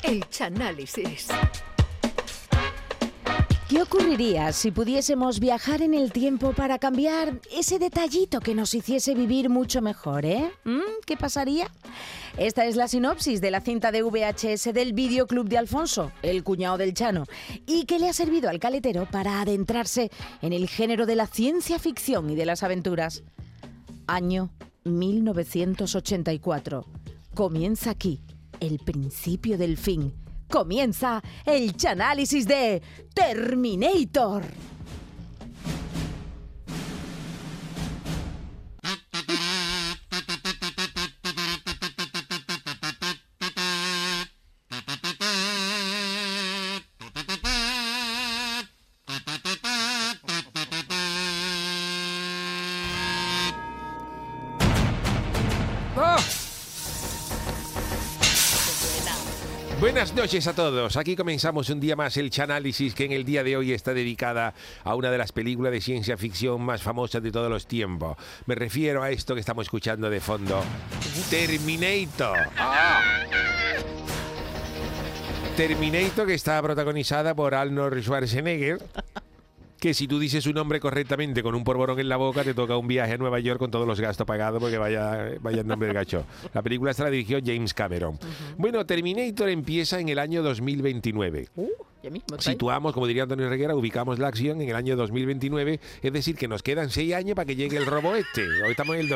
El Chanálisis. ¿Qué ocurriría si pudiésemos viajar en el tiempo para cambiar ese detallito que nos hiciese vivir mucho mejor, ¿Qué pasaría? Esta es la sinopsis de la cinta de VHS del Videoclub de Alfonso, el cuñado del Chano, y que le ha servido al caletero para adentrarse en el género de la ciencia ficción y de las aventuras. Año 1984. Comienza aquí el principio del fin. Comienza el Chanálisis de Terminator. Buenas noches a todos. Aquí comenzamos un día más el Chanálisis, que en el día de hoy está dedicada a una de las películas de ciencia ficción más famosas de todos los tiempos. Me refiero a esto que estamos escuchando de fondo. Terminator. Terminator, que está protagonizada por Arnold Schwarzenegger. Que si tú dices su nombre correctamente con un polvorón en la boca, te toca un viaje a Nueva York con todos los gastos pagados, porque vaya el nombre del gacho. La película esta la dirigió James Cameron. Bueno, Terminator empieza en el año 2029. Ya mismo, Situamos, como diría Antonio Reguera, ubicamos la acción en el año 2029, es decir, que nos quedan 6 años para que llegue el robot este. Hoy estamos en el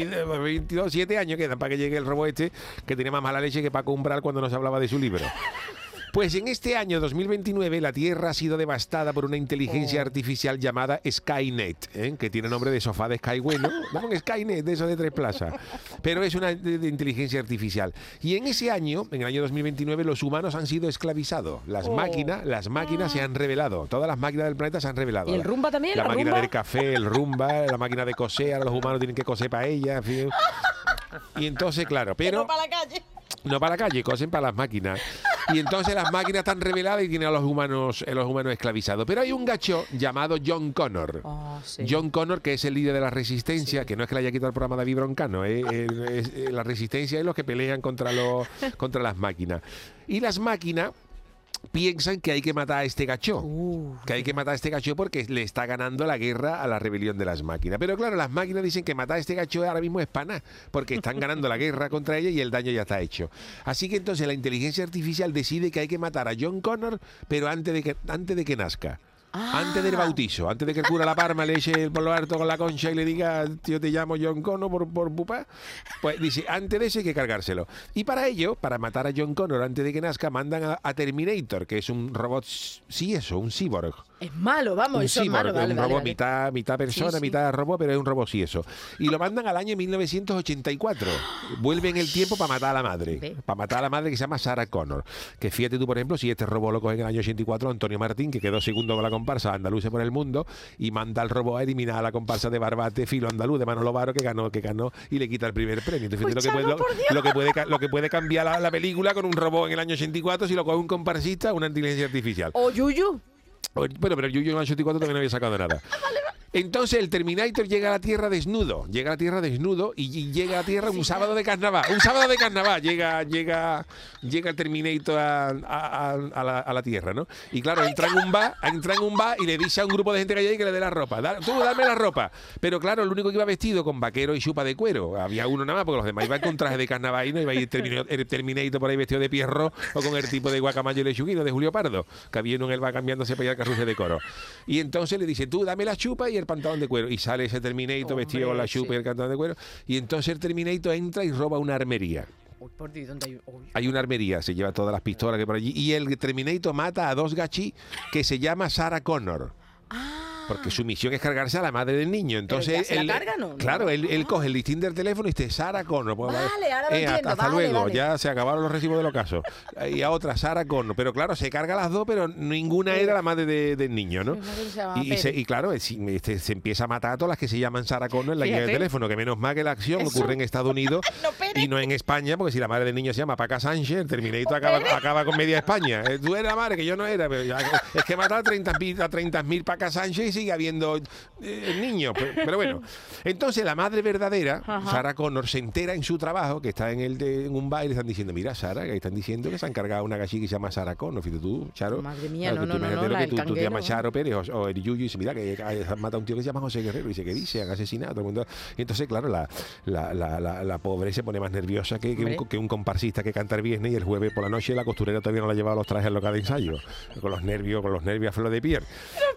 2022, 7 años quedan para que llegue el robot este, que tenía más mala leche que Paco Umbral cuando nos hablaba de su libro. Pues en este año 2029 la Tierra ha sido devastada por una inteligencia artificial llamada Skynet, que tiene nombre de sofá de Sky bueno, no un Skynet de eso de 3 plazas, pero es una de inteligencia artificial. Y en ese año, en el año 2029, los humanos han sido esclavizados. Las máquinas se han revelado, todas las máquinas del planeta se han revelado. ¿Y el Rumba también? La máquina del café, el Rumba, la máquina de coser, ahora los humanos tienen que coser para ella, en fin. Y entonces, claro, pero... No para la calle. No para la calle, cosen para las máquinas. Y entonces las máquinas están reveladas y tienen a los humanos esclavizados. Pero hay un gacho llamado John Connor. Sí. John Connor, que es el líder de la Resistencia, que no es que le haya quitado el programa David Broncano, la Resistencia es los que pelean contra las máquinas. Y las máquinas piensan que hay que matar a este gacho. Que hay que matar a este gacho porque le está ganando la guerra a la rebelión de las máquinas. Pero claro, las máquinas dicen que matar a este gacho ahora mismo es pana, porque están ganando la guerra contra ella y el daño ya está hecho. Así que entonces la inteligencia artificial decide que hay que matar a John Connor, pero antes de que nazca. Antes del bautizo, antes de que el cura La Parma le eche el polo harto con la concha y le diga, tío, te llamo John Connor por pupa, pues dice, antes de eso hay que cargárselo. Y para ello, para matar a John Connor antes de que nazca, mandan a Terminator, que es un robot, un cyborg. Es malo, vamos, eso es malo. Un robot mitad persona, Sí. mitad robot, pero es un robot Y lo mandan al año 1984. Vuelve en el tiempo para matar a la madre. Para matar a la madre, que se llama Sarah Connor. Que fíjate tú, por ejemplo, si este robot lo coge en el año 84, Antonio Martín, que quedó segundo con la comparsa Andaluces por el Mundo, y manda al robot a eliminar a la comparsa de Barbate, Filo Andaluz, de Manolo Varo, que ganó y le quita el primer premio. Entonces, Pues lo que puede cambiar la película con un robot en el año 84 si lo coge un comparsista, una inteligencia artificial. O Yuyu. Bueno, pero el Yuyu en el 84 también no había sacado nada. Entonces el Terminator llega a la Tierra desnudo. Llega a la Tierra un sábado de carnaval. Llega el Terminator a la Tierra, ¿no? Y claro, entra en un bar y le dice a un grupo de gente que hay ahí que le dé la ropa. Tú dame la ropa. Pero claro, el único que iba vestido con vaquero y chupa de cuero. Había uno nada más, porque los demás iban con traje de carnaval y no iba a ir el Terminator por ahí vestido de Pierrot o con el tipo de Guacamayo y Lechuguino de Julio Pardo, que había uno en el bar cambiándose para ir al carruaje de coro. Y entonces le dice, tú dame la chupa y el pantalón de cuero. Y sale ese Terminator vestido con la chupa y el pantalón de cuero. Y entonces el Terminator entra y roba una armería. Por Dios, ¿dónde hay? Hay una armería, se lleva todas las pistolas que por allí. Y el Terminator mata a 2 gachis que se llama Sarah Connor. Porque su misión es cargarse a la madre del niño. Entonces, ¿se la carga, no? Claro, él coge el listín del teléfono y dice, Sarah Connor. Pues, vale, ahora lo entiendo. Hasta luego, ya se acabaron los recibos de los casos. Y a otra, Sarah Connor. Pero claro, se carga las dos, pero ninguna era la madre del niño, ¿no? Y claro, se empieza a matar a todas las que se llaman Sarah Connor en la guía de teléfono, que menos mal que la acción ocurre en Estados Unidos y no en España, porque si la madre del niño se llama Paca Sánchez, el Terminator acaba con media España. Tú eres la madre, que yo no era. Pero es que matar a 30.000 Paca Sánchez sigue habiendo niños. Pero bueno, entonces la madre verdadera, Sarah Connor, se entera en su trabajo, que está en un bar y le están diciendo, mira, Sarah, que están diciendo que se han cargado una gallina que se llama Sarah Connor. Fíjate tú, Charo. Madre mía, claro, no, tú te llamas Charo Pérez o el Yuyu y dice, mira, que han matado a un tío que se llama José Guerrero. Y dice, ¿qué dice? Han asesinado a todo el mundo. Y entonces, claro, la pobre se pone más nerviosa que un comparsista que canta el viernes y el jueves por la noche la costurera todavía no le ha llevado los trajes al local de ensayo. Con los nervios a flor de piel.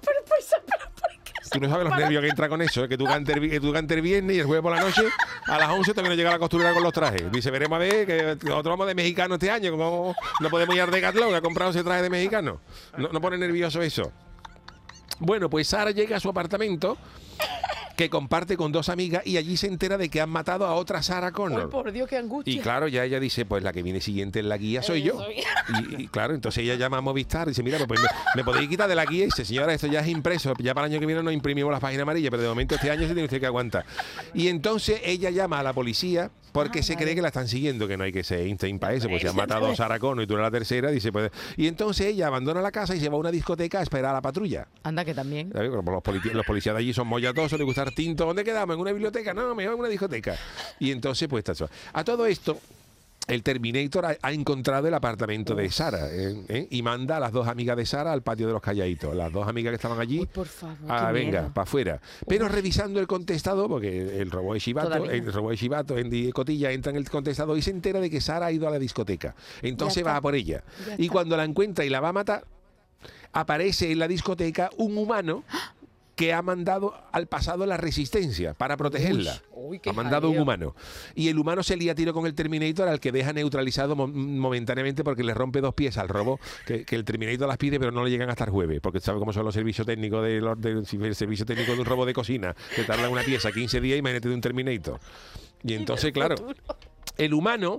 Tú no sabes los nervios que entra con eso, que tú cantes el viernes y el jueves por la noche a las 11 también no llega la costurera con los trajes. Dice, veremos a ver, que nosotros vamos de mexicano este año, como no podemos ir a Decathlon, que ha comprado ese traje de mexicano. No pone nervioso eso. Bueno, pues Sara llega a su apartamento, que comparte con dos amigas, y allí se entera de que han matado a otra Sarah Connor. ¡Ay, por Dios, qué angustia! Y claro, ya ella dice, pues la que viene siguiente en la guía soy yo. Y claro, entonces ella llama a Movistar y dice, mira, pues me podéis quitar de la guía. Y dice, señora, esto ya es impreso, ya para el año que viene nos imprimimos las páginas amarillas, pero de momento este año se tiene usted que aguantar. Y entonces ella llama a la policía porque se cree que la están siguiendo, que no hay que ser Einstein para eso, pues se han matado a Sarah Connor y tú eres la tercera, dice, pues... Y entonces ella abandona la casa y se va a una discoteca a esperar a la patrulla. Anda, que también. Los policías de allí son mollatosos, les gusta tinto. ¿Dónde quedamos? ¿En una biblioteca? No, mejor en una discoteca. Y entonces, pues, a todo esto, el Terminator ha encontrado el apartamento de Sarah y manda a las dos amigas de Sarah al patio de los calladitos. Las dos amigas que estaban allí, uy, por favor, venga, para afuera. Pero revisando el contestador, porque el robot de Chivato en Cotilla entra en el contestador y se entera de que Sarah ha ido a la discoteca. Entonces va a por ella. Y cuando la encuentra y la va a matar, aparece en la discoteca un humano que ha mandado al pasado la resistencia para protegerla. Uy, ha mandado un humano. Y el humano se lía a tiro con el Terminator, al que deja neutralizado momentáneamente porque le rompe dos piezas al robot, que el Terminator las pide pero no le llegan hasta el jueves, porque sabe cómo son los servicios técnicos del servicio técnico de un robot de cocina, que tarda una pieza 15 días, imagínate de un Terminator. Y entonces, claro, el humano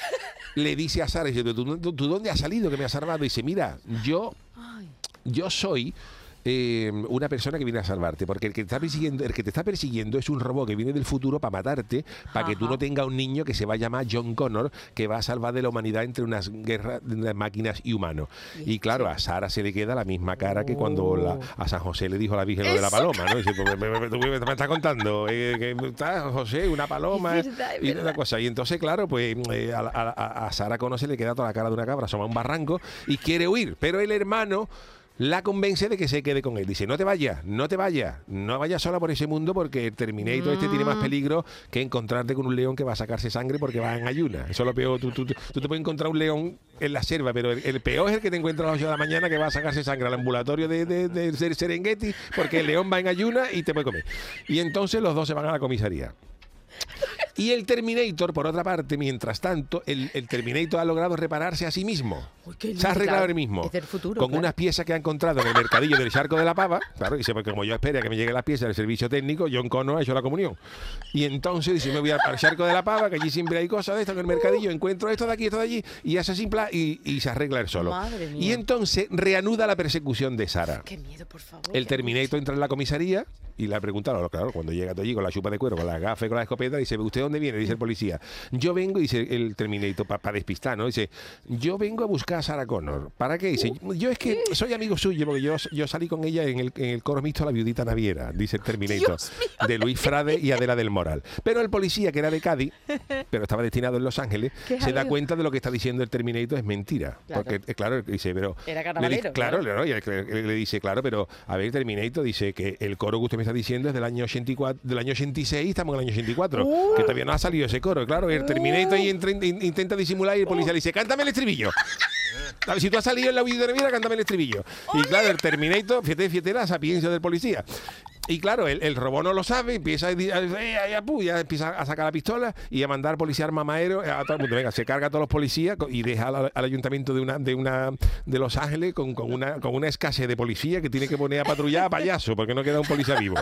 le dice a Sarah, dice, ¿tú dónde has salido que me has salvado? Y dice, mira, yo soy... una persona que viene a salvarte, porque el que te está persiguiendo es un robot que viene del futuro para matarte, para que tú no tengas un niño que se va a llamar John Connor, que va a salvar de la humanidad entre unas guerras de máquinas y humanos. Y claro, a Sara se le queda la misma cara que cuando a San José le dijo a la Virgen lo de la paloma, ¿no? Dice, me estás contando que está José, una paloma y una cosa. Y entonces, claro, pues a Sarah Connor se le queda toda la cara de una cabra, asoma un barranco y quiere huir, pero el hermano la convence de que se quede con él. Dice, no vayas sola por ese mundo, porque el Terminator este tiene más peligro que encontrarte con un león que va a sacarse sangre porque va en ayunas. Eso es lo peor. Tú te puedes encontrar un león en la selva, pero el peor es el que te encuentra a las 8 de la mañana, que va a sacarse sangre al ambulatorio de Serengeti, porque el león va en ayunas y te puede comer. Y entonces los dos se van a la comisaría. Y el Terminator, por otra parte, mientras tanto, el Terminator ha logrado repararse a sí mismo. Uy, se ha arreglado él mismo. Es del futuro, con unas piezas que ha encontrado en el mercadillo del Charco de la Pava. Claro, dice, porque como yo espero a que me lleguen las piezas del servicio técnico, John Connor ha hecho la comunión. Y entonces dice, me voy al Charco de la Pava, que allí siempre hay cosas de esto en el mercadillo, encuentro esto de aquí, esto de allí, y hace simple y se arregla él solo. Madre mía. Y entonces reanuda la persecución de Sarah. Qué miedo, por favor. El Terminator entra en la comisaría y le pregunta, claro, cuando llega allí con la chupa de cuero, con las gafas y con la escopeta, dice, ¿usted dónde viene? Dice el policía. Yo vengo, dice el Terminator, para despistar, ¿no? Dice, yo vengo a buscar a Sarah Connor. ¿Para qué? Dice, yo es que soy amigo suyo, porque yo salí con ella en el coro mixto La Viudita Naviera, dice el Terminator, de Luis Frade y Adela del Moral. Pero el policía, que era de Cádiz, pero estaba destinado en Los Ángeles, se da cuenta de lo que está diciendo el Terminator es mentira. Claro. Porque, claro, dice, pero... Era carnavalero. Claro, ¿no? Y le dice, claro, pero a ver, Terminator, dice que el coro que usted me está diciendo es del año 84, del año 86, estamos en el año 84, que todavía no ha salido ese coro. Claro, el Terminator ahí intenta disimular y el policía le dice, cántame el estribillo. A ver, si tú has salido en La Viudita Naviera, cántame el estribillo. Y claro, el Terminator, fíjate la sapiencia del policía. Y claro, el robot no lo sabe, empieza ya empieza a sacar la pistola y a mandar policía mamaero a todo el mundo. Venga, se carga a todos los policías y deja al ayuntamiento de Los Ángeles con una escasez de policía que tiene que poner a patrullar a payaso, porque no queda un policía vivo.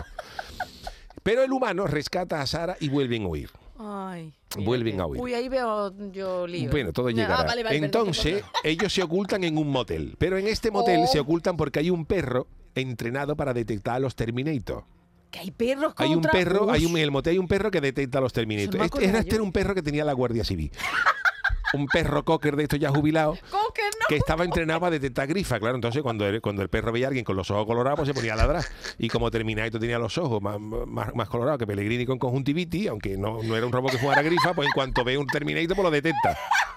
Pero el humano rescata a Sarah y vuelven a huir. Ay, vuelven a huir. Uy, ahí veo yo lío. Bueno, todo llegará. Vale, entonces, ellos se ocultan en un motel. Pero en este motel se ocultan porque hay un perro entrenado para detectar a los Terminator. Que hay perros contra... Hay un perro, en el motel hay un perro que detecta a los Terminator. Este era un perro que tenía la Guardia Civil. Un perro cocker de estos ya jubilado que estaba entrenado para detectar grifas. Claro, entonces cuando el perro veía a alguien con los ojos colorados, pues se ponía a ladrar. Y como Terminator tenía los ojos más colorados que Pellegrini con conjuntivitis, aunque no era un robot que jugara grifa, pues en cuanto ve un Terminator, pues lo detecta.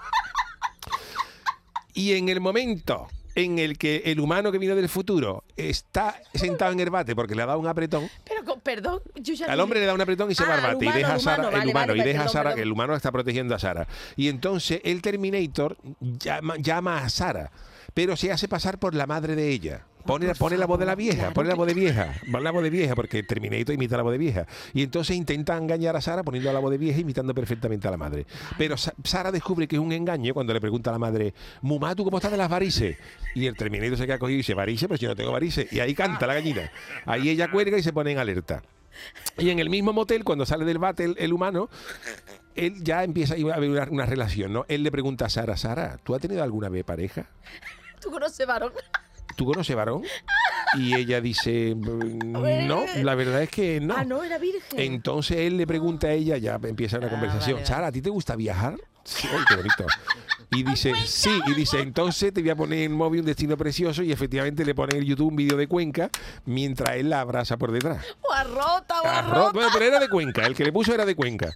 Y en el momento en el que el humano que vino del futuro está sentado en el bate porque le ha dado un apretón. Pero, perdón, yo ya... Al hombre le da un apretón y se va al bate. Y deja a Sara, a Sara, que el humano está protegiendo a Sara. Y entonces el Terminator llama a Sara, pero se hace pasar por la madre de ella. Pone la voz de la vieja, claro, pone la voz de vieja, porque Terminator imita la voz de vieja. Y entonces intenta engañar a Sara poniendo la voz de vieja, imitando perfectamente a la madre. Pero Sara descubre que es un engaño cuando le pregunta a la madre, Mumá, ¿tú cómo estás de las varices? Y el Terminator se queda cogido y dice, varices, pero yo no tengo varices. Y ahí canta la gallina. Ahí ella cuelga y se pone en alerta. Y en el mismo motel, cuando sale del bate el humano, él ya empieza a haber una relación, ¿no? Él le pregunta a Sara, Sara, ¿tú has tenido alguna vez pareja? ¿Tú conoces varón? ¿Tú conoces varón? Y ella dice, no, la verdad es que no. Ah, no, era virgen. Entonces él le pregunta a ella, ya empieza una conversación, vale. Sara, ¿a ti te gusta viajar? Sí, ¡ay, qué bonito! Y dice, sí, y dice, entonces te voy a poner en móvil un destino precioso, y efectivamente le pone en YouTube un vídeo de Cuenca mientras él la abraza por detrás. Guarrota. Bueno, pero era de Cuenca, el que le puso era de Cuenca.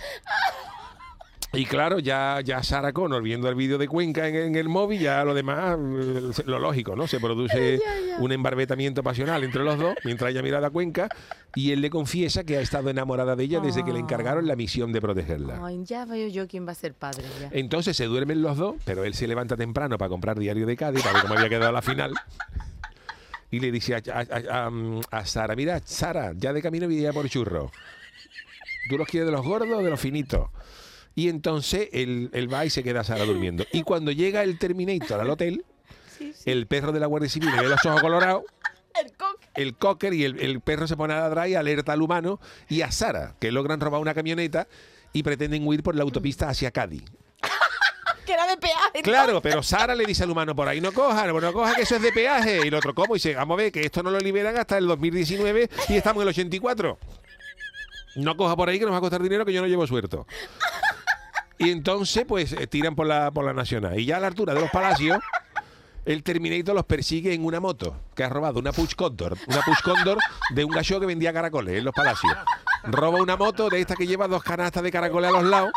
Y claro, ya Sarah Connor viendo el vídeo de Cuenca en el móvil, ya lo demás, lo lógico, ¿no? Se produce un embarbetamiento pasional entre los dos, mientras ella mira a Cuenca, y él le confiesa que ha estado enamorada de ella desde que le encargaron la misión de protegerla. Ay, ya veo yo quién va a ser padre. Ya. Entonces se duermen los dos, pero él se levanta temprano para comprar Diario de Cádiz, para ver cómo había quedado la final. Y le dice a Sara, mira, Sara, ya de camino voy a ir por churro. ¿Tú los quieres de los gordos o de los finitos? Y entonces él va y se queda Sara durmiendo. Y cuando llega el Terminator al hotel, el perro de la Guardia Civil le ve los ojos colorados, el cocker, y el perro se pone a ladrar y alerta al humano y a Sara, que logran robar una camioneta y pretenden huir por la autopista hacia Cádiz. Que era de peaje. Claro, pero Sara le dice al humano, por ahí no coja que eso es de peaje. Y el otro, ¿cómo? Y dice, vamos a ver, que esto no lo liberan hasta el 2019 y estamos en el 84. No coja por ahí que nos va a costar dinero, que yo no llevo suelto. Y entonces, pues, tiran por la Nacional. Y ya a la altura de los Palacios, el Terminator los persigue en una moto que ha robado una Puig Condor de un gallo que vendía caracoles en los Palacios. Roba una moto de esta que lleva 2 canastas de caracoles a los lados.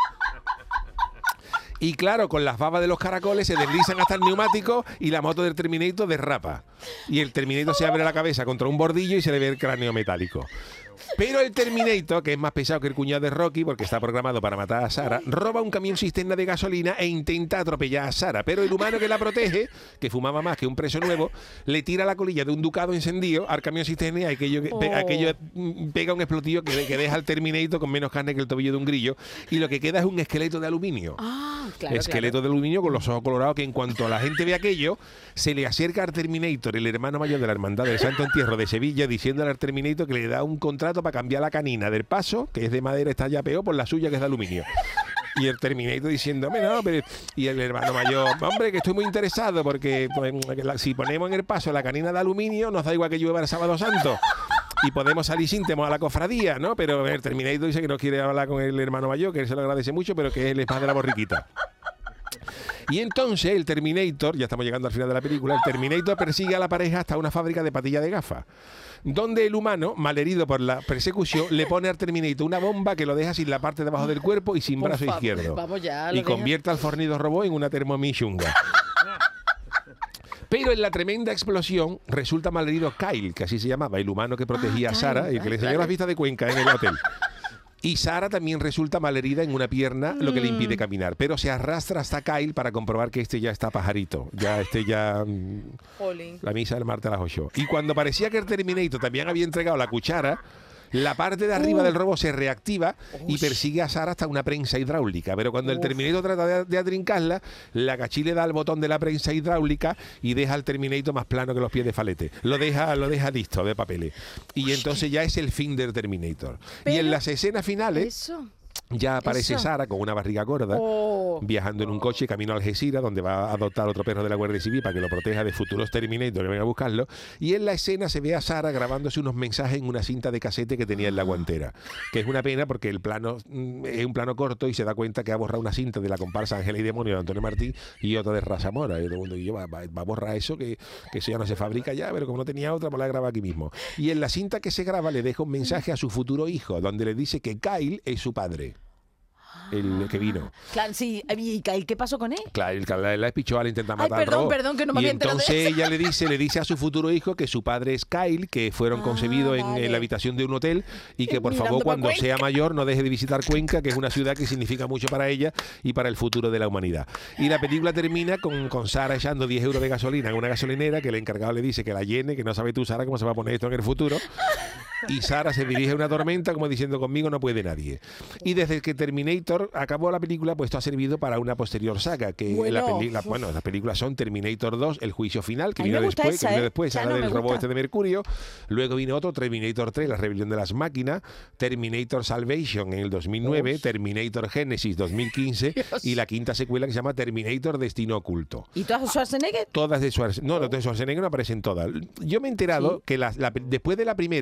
Y claro, con las babas de los caracoles se deslizan hasta el neumático y la moto del Terminator derrapa. Y el Terminator se abre la cabeza contra un bordillo y se le ve el cráneo metálico. Pero el Terminator, que es más pesado que el cuñado de Rocky porque está programado para matar a Sara, roba un camión cisterna de gasolina e intenta atropellar a Sara. Pero el humano que la protege, que fumaba más que un preso nuevo, le tira la colilla de un Ducado encendido al camión cisterna y aquello pega un explotillo que deja al Terminator con menos carne que el tobillo de un grillo. Y lo que queda es un esqueleto de aluminio. Esqueleto de aluminio con los ojos colorados, que en cuanto la gente ve aquello, se le acerca al Terminator, el hermano mayor de la Hermandad del Santo Entierro de Sevilla, diciéndole al Terminator que le da un contrato para cambiar la canina del paso, que es de madera, está ya peor, por la suya, que es de aluminio. Y el Terminator diciéndome, no, pero... Y el hermano mayor, hombre, que estoy muy interesado, porque pues, si ponemos en el paso la canina de aluminio, nos da igual que llueva el Sábado Santo. Y podemos salir síntemas a la cofradía, ¿no? Pero el Terminator dice que no quiere hablar con el hermano mayor, que él se lo agradece mucho, pero que él es más de la borriquita. Y entonces el Terminator, ya estamos llegando al final de la película, el Terminator persigue a la pareja hasta una fábrica de patillas de gafas, donde el humano, malherido por la persecución, le pone al Terminator una bomba que lo deja sin la parte de abajo del cuerpo y sin brazo izquierdo. Y convierte al fornido robot en una termomichunga. Pero en la tremenda explosión resulta malherido Kyle, que así se llamaba, el humano que protegía a Sara y que le enseñó las vistas de Cuenca en el hotel. Y Sara también resulta malherida en una pierna, lo que le impide caminar. Pero se arrastra hasta Kyle para comprobar que este ya está pajarito. La misa del martes a las 8. Y cuando parecía que el Terminator también había entregado la cuchara, la parte de arriba del robot se reactiva y persigue a Sara hasta una prensa hidráulica. Pero cuando el Terminator trata de atrincarla, la cachí le da al botón de la prensa hidráulica y deja al Terminator más plano que los pies de Falete. Lo deja listo de papeles. Y entonces ya es el fin del Terminator. Y en las escenas finales... ya aparece Eso. Sara con una barriga gorda, viajando en un coche camino a Algeciras, donde va a adoptar otro perro de la Guardia Civil para que lo proteja de futuros Terminator que vengan a buscarlo. Y en la escena se ve a Sara grabándose unos mensajes en una cinta de casete que tenía en la guantera. Que es una pena porque el plano es un plano corto y se da cuenta que ha borrado una cinta de la comparsa Ángela y Demonio de Antonio Martín y otra de Raza Mora. Y todo el mundo dice, va a borrar eso, que eso ya no se fabrica ya, pero como no tenía otra, pues la graba aquí mismo. Y en la cinta que se graba le deja un mensaje a su futuro hijo, donde le dice que Kyle es su padre. El que vino. Claro, sí. ¿Y qué pasó con él? Claro, la despichó, le intenta matar. Perdón, que no me y había enterado de entonces eso. ella le dice a su futuro hijo que su padre es Kyle, que fueron concebidos vale. en la habitación de un hotel y que por Mirando favor pa' cuando Cuenca. sea mayor no deje de visitar Cuenca, que es una ciudad que significa mucho para ella y para el futuro de la humanidad. Y la película termina con Sara echando 10 euros de gasolina en una gasolinera, que el encargado le dice que la llene, que no sabe tú, Sara, cómo se va a poner esto en el futuro. Y Sara se dirige a una tormenta como diciendo, conmigo no puede nadie. Y desde que Terminator acabó la película, pues esto ha servido para una posterior saga, que las películas son Terminator 2, El juicio final, que A mí vino me gusta después, esa, la no, del me robot gusta. este de Mercurio. Luego vino otro, Terminator 3, La rebelión de las máquinas, Terminator Salvation en el 2009, Terminator Genesis 2015 y la quinta secuela que se llama Terminator Destino Oculto. ¿Y todas Schwarzenegger? Todas de Schwarzenegger. No, los de Schwarzenegger no aparecen todas. Yo me he enterado que después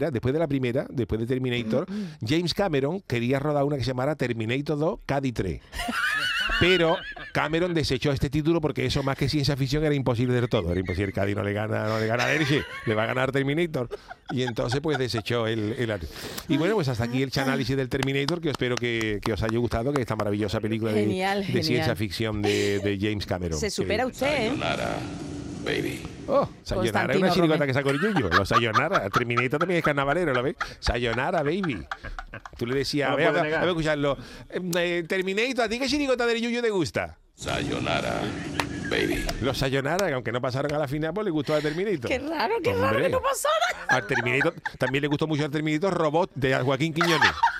de Terminator, James Cameron quería rodar una que se llamara Terminator 2 Cady 3. Pero Cameron desechó este título porque eso más que ciencia ficción era imposible del todo. Era imposible, Cady no le gana a Energy, le va a ganar Terminator. Y entonces pues desechó el. Y bueno, pues hasta aquí el análisis del Terminator, que espero que os haya gustado, que esta maravillosa película Genial, de genial. ciencia ficción de James Cameron. Se supera usted, ¿eh? Baby. Oh, Sayonara es una Constantino chirigota Romero. que sacó el Yuyu. Los Sayonara. Terminator también es carnavalero, ¿lo ves? Sayonara, baby. Tú le decías, No a lo ver, puede negar. a escucharlo. Terminator, ¿a ti qué chirigota del Yuyu te gusta? Sayonara, baby. Los Sayonara, que aunque no pasaron a la final, pues le gustó a Terminator. Qué raro Hombre. que no pasara. Al Terminator, también le gustó mucho al Terminator Robot de Joaquín Quiñones.